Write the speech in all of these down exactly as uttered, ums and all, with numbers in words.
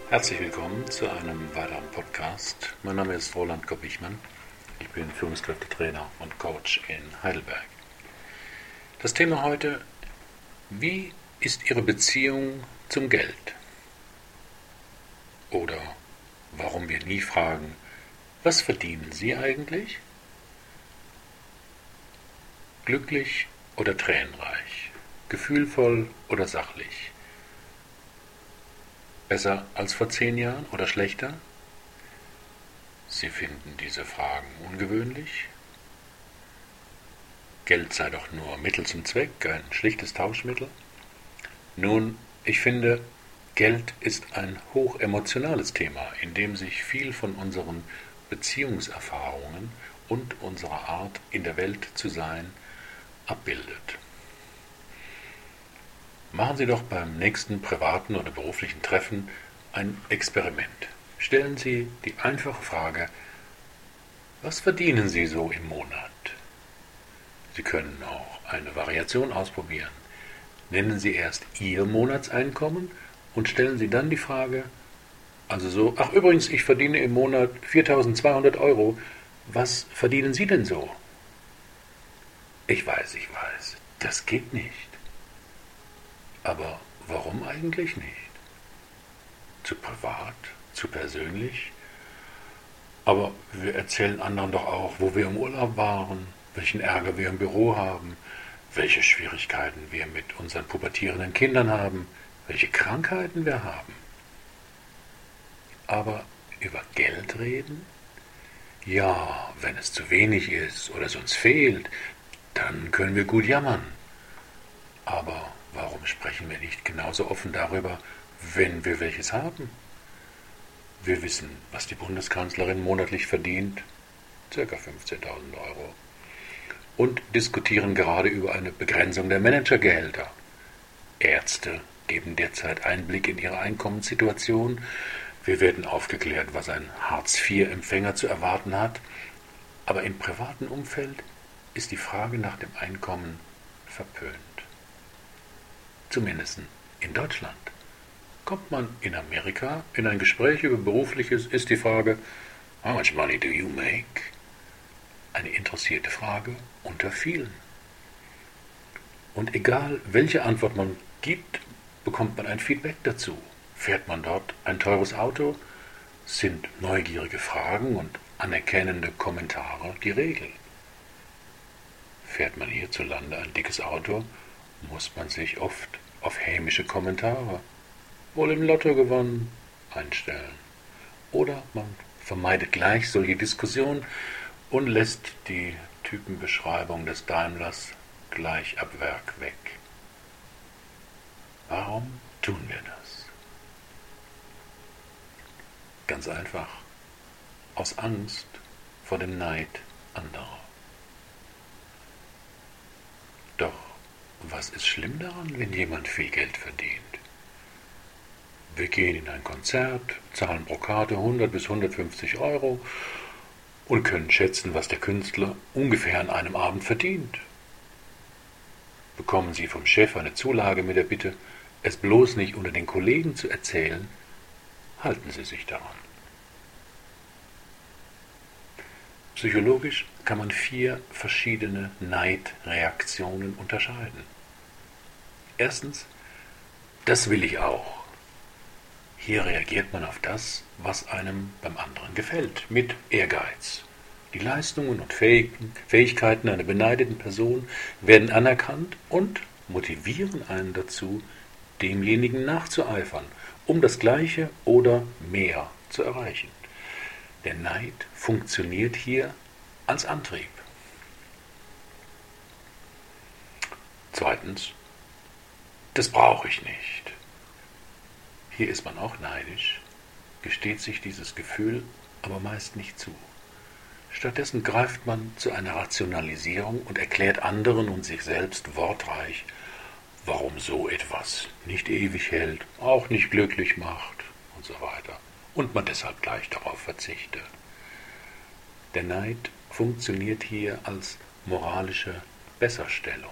Herzlich willkommen zu einem weiteren Podcast. Mein Name ist Roland Kopp-Wichmann. Ich bin Führungskräftetrainer und Coach in Heidelberg. Das Thema heute: Wie ist Ihre Beziehung zum Geld? Oder warum wir nie fragen, was verdienen Sie eigentlich? Glücklich oder tränenreich? Gefühlvoll oder sachlich? Besser als vor zehn Jahren oder schlechter? Sie finden diese Fragen ungewöhnlich? Geld sei doch nur Mittel zum Zweck, ein schlichtes Tauschmittel? Nun, ich finde, Geld ist ein hochemotionales Thema, in dem sich viel von unseren Beziehungserfahrungen und unserer Art, in der Welt zu sein, abbildet. Machen Sie doch beim nächsten privaten oder beruflichen Treffen ein Experiment. Stellen Sie die einfache Frage: Was verdienen Sie so im Monat? Sie können auch eine Variation ausprobieren. Nennen Sie erst Ihr Monatseinkommen und stellen Sie dann die Frage, also so: Ach übrigens, ich verdiene im Monat viertausendzweihundert Euro. Was verdienen Sie denn so? Ich weiß, ich weiß, das geht nicht. Aber warum eigentlich nicht? Zu privat, zu persönlich? Aber wir erzählen anderen doch auch, wo wir im Urlaub waren, welchen Ärger wir im Büro haben, welche Schwierigkeiten wir mit unseren pubertierenden Kindern haben, welche Krankheiten wir haben. Aber über Geld reden? Ja, wenn es zu wenig ist oder es uns fehlt, dann können wir gut jammern. Aber warum sprechen wir nicht genauso offen darüber, wenn wir welches haben? Wir wissen, was die Bundeskanzlerin monatlich verdient, ca. fünfzehntausend Euro, und diskutieren gerade über eine Begrenzung der Managergehälter. Ärzte geben derzeit Einblick in ihre Einkommenssituation. Wir werden aufgeklärt, was ein Hartz-vier-Empfänger zu erwarten hat. Aber im privaten Umfeld ist die Frage nach dem Einkommen verpönt. Zumindest in Deutschland. Kommt man in Amerika in ein Gespräch über Berufliches, ist die Frage: How much money do you make? Eine interessierte Frage unter vielen. Und egal, welche Antwort man gibt, bekommt man ein Feedback dazu. Fährt man dort ein teures Auto, sind neugierige Fragen und anerkennende Kommentare die Regel. Fährt man hierzulande ein dickes Auto, muss man sich oft auf hämische Kommentare, wohl im Lotto gewonnen, einstellen. Oder man vermeidet gleich solche Diskussionen und lässt die Typenbeschreibung des Daimlers gleich ab Werk weg. Warum tun wir das? Ganz einfach: Aus Angst vor dem Neid anderer. Doch was ist schlimm daran, wenn jemand viel Geld verdient? Wir gehen in ein Konzert, zahlen pro Karte hundert bis hundertfünfzig Euro und können schätzen, was der Künstler ungefähr an einem Abend verdient. Bekommen Sie vom Chef eine Zulage mit der Bitte, es bloß nicht unter den Kollegen zu erzählen, halten Sie sich daran. Psychologisch kann man vier verschiedene Neidreaktionen unterscheiden. Erstens: Das will ich auch. Hier reagiert man auf das, was einem beim anderen gefällt, mit Ehrgeiz. Die Leistungen und Fähigkeiten einer beneideten Person werden anerkannt und motivieren einen dazu, demjenigen nachzueifern, um das Gleiche oder mehr zu erreichen. Der Neid funktioniert hier als Antrieb. Zweitens: Das brauche ich nicht. Hier ist man auch neidisch, gesteht sich dieses Gefühl aber meist nicht zu. Stattdessen greift man zu einer Rationalisierung und erklärt anderen und sich selbst wortreich, warum so etwas nicht ewig hält, auch nicht glücklich macht und so weiter, und man deshalb gleich darauf verzichte. Der Neid funktioniert hier als moralische Besserstellung.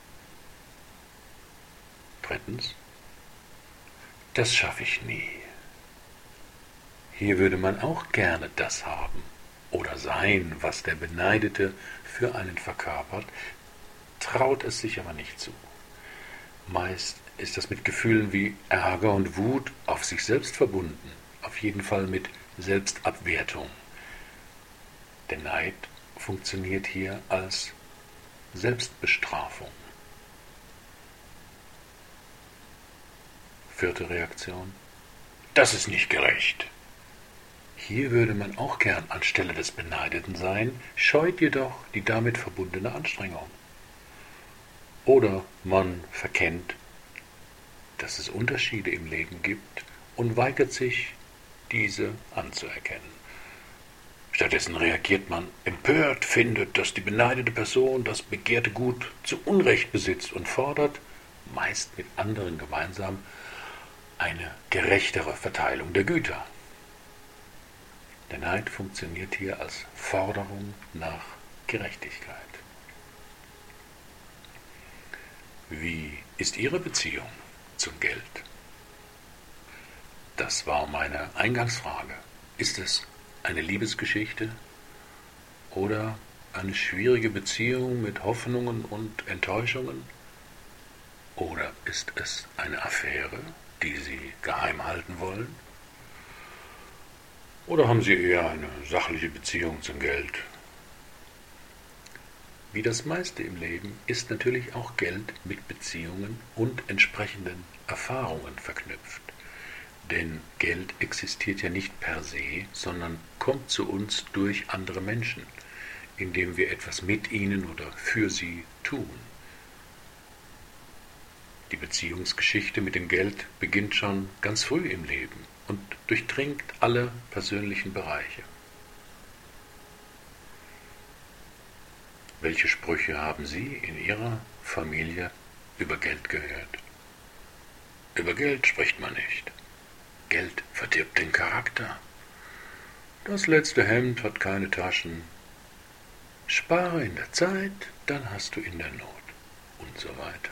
Drittens: Das schaffe ich nie. Hier würde man auch gerne das haben oder sein, was der Beneidete für einen verkörpert, traut es sich aber nicht zu. Meist ist das mit Gefühlen wie Ärger und Wut auf sich selbst verbunden, auf jeden Fall mit Selbstabwertung. Der Neid funktioniert hier als Selbstbestrafung. Vierte Reaktion: Das ist nicht gerecht. Hier würde man auch gern anstelle des Beneideten sein, scheut jedoch die damit verbundene Anstrengung. Oder man verkennt, dass es Unterschiede im Leben gibt und weigert sich, diese anzuerkennen. Stattdessen reagiert man empört, findet, dass die beneidete Person das begehrte Gut zu Unrecht besitzt und fordert, meist mit anderen gemeinsam, eine gerechtere Verteilung der Güter. Der Neid funktioniert hier als Forderung nach Gerechtigkeit. Wie ist Ihre Beziehung zum Geld? Das war meine Eingangsfrage. Ist es eine Liebesgeschichte oder eine schwierige Beziehung mit Hoffnungen und Enttäuschungen? Oder ist es eine Affäre, die Sie geheim halten wollen? Oder haben Sie eher eine sachliche Beziehung zum Geld? Wie das meiste im Leben ist natürlich auch Geld mit Beziehungen und entsprechenden Erfahrungen verknüpft. Denn Geld existiert ja nicht per se, sondern kommt zu uns durch andere Menschen, indem wir etwas mit ihnen oder für sie tun. Die Beziehungsgeschichte mit dem Geld beginnt schon ganz früh im Leben und durchdringt alle persönlichen Bereiche. Welche Sprüche haben Sie in Ihrer Familie über Geld gehört? Über Geld spricht man nicht. Geld verdirbt den Charakter. Das letzte Hemd hat keine Taschen. Spare in der Zeit, dann hast du in der Not. Und so weiter.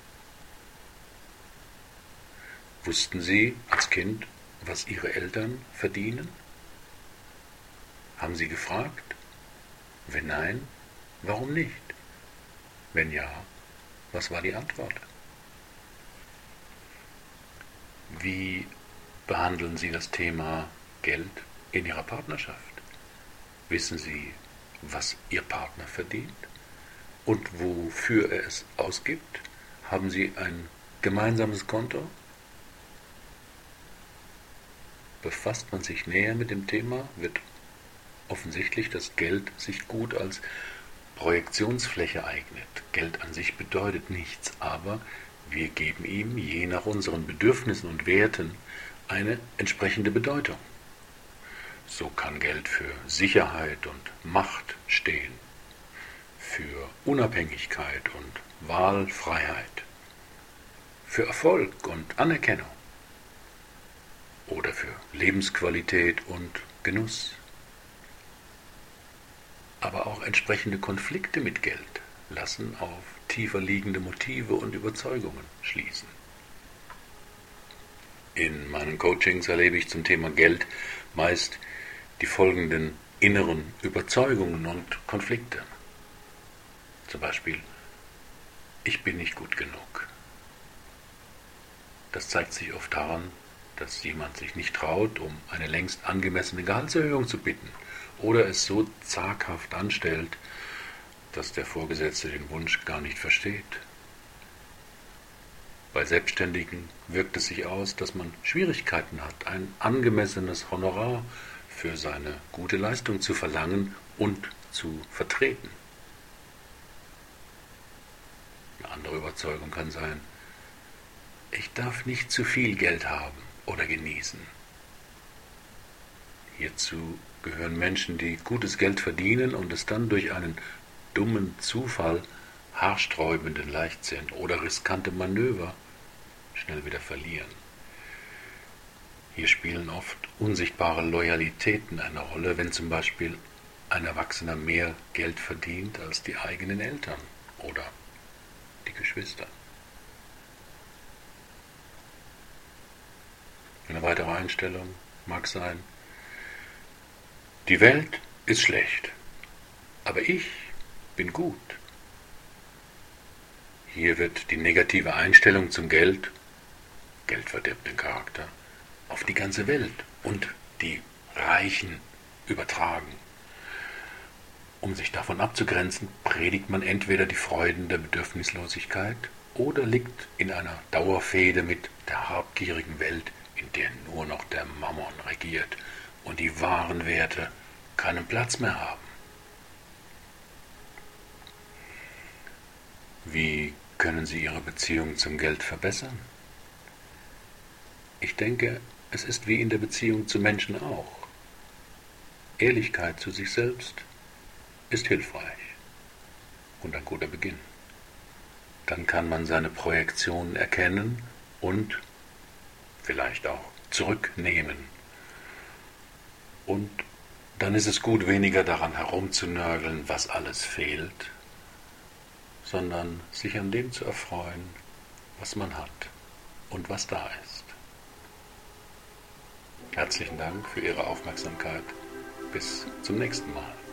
Wussten Sie als Kind, was Ihre Eltern verdienen? Haben Sie gefragt? Wenn nein, warum nicht? Wenn ja, was war die Antwort? Wie behandeln Sie das Thema Geld in Ihrer Partnerschaft? Wissen Sie, was Ihr Partner verdient und wofür er es ausgibt? Haben Sie ein gemeinsames Konto? Befasst man sich näher mit dem Thema, wird offensichtlich, dass Geld sich gut als Projektionsfläche eignet. Geld an sich bedeutet nichts, aber wir geben ihm, je nach unseren Bedürfnissen und Werten, eine entsprechende Bedeutung. So kann Geld für Sicherheit und Macht stehen, für Unabhängigkeit und Wahlfreiheit, für Erfolg und Anerkennung oder für Lebensqualität und Genuss. Aber auch entsprechende Konflikte mit Geld lassen auf tiefer liegende Motive und Überzeugungen schließen. In meinen Coachings erlebe ich zum Thema Geld meist die folgenden inneren Überzeugungen und Konflikte. Zum Beispiel: Ich bin nicht gut genug. Das zeigt sich oft daran, dass jemand sich nicht traut, um eine längst angemessene Gehaltserhöhung zu bitten oder es so zaghaft anstellt, dass der Vorgesetzte den Wunsch gar nicht versteht. Bei Selbstständigen wirkt es sich aus, dass man Schwierigkeiten hat, ein angemessenes Honorar für seine gute Leistung zu verlangen und zu vertreten. Eine andere Überzeugung kann sein: Ich darf nicht zu viel Geld haben oder genießen. Hierzu gehören Menschen, die gutes Geld verdienen und es dann durch einen dummen Zufall, haarsträubenden Leichtsinn oder riskante Manöver schnell wieder verlieren. Hier spielen oft unsichtbare Loyalitäten eine Rolle, wenn zum Beispiel ein Erwachsener mehr Geld verdient als die eigenen Eltern oder die Geschwister. Eine weitere Einstellung mag sein: Die Welt ist schlecht, aber ich bin gut. Hier wird die negative Einstellung zum Geld, Geld verdirbt den Charakter, auf die ganze Welt und die Reichen übertragen. Um sich davon abzugrenzen, predigt man entweder die Freuden der Bedürfnislosigkeit oder liegt in einer Dauerfehde mit der habgierigen Welt, in der nur noch der Mammon regiert und die wahren Werte keinen Platz mehr haben. Wie können Sie Ihre Beziehung zum Geld verbessern? Ich denke, es ist wie in der Beziehung zu Menschen auch. Ehrlichkeit zu sich selbst ist hilfreich und ein guter Beginn. Dann kann man seine Projektionen erkennen und vielleicht auch zurücknehmen. Und dann ist es gut, weniger daran herumzunörgeln, was alles fehlt, sondern sich an dem zu erfreuen, was man hat und was da ist. Herzlichen Dank für Ihre Aufmerksamkeit. Bis zum nächsten Mal.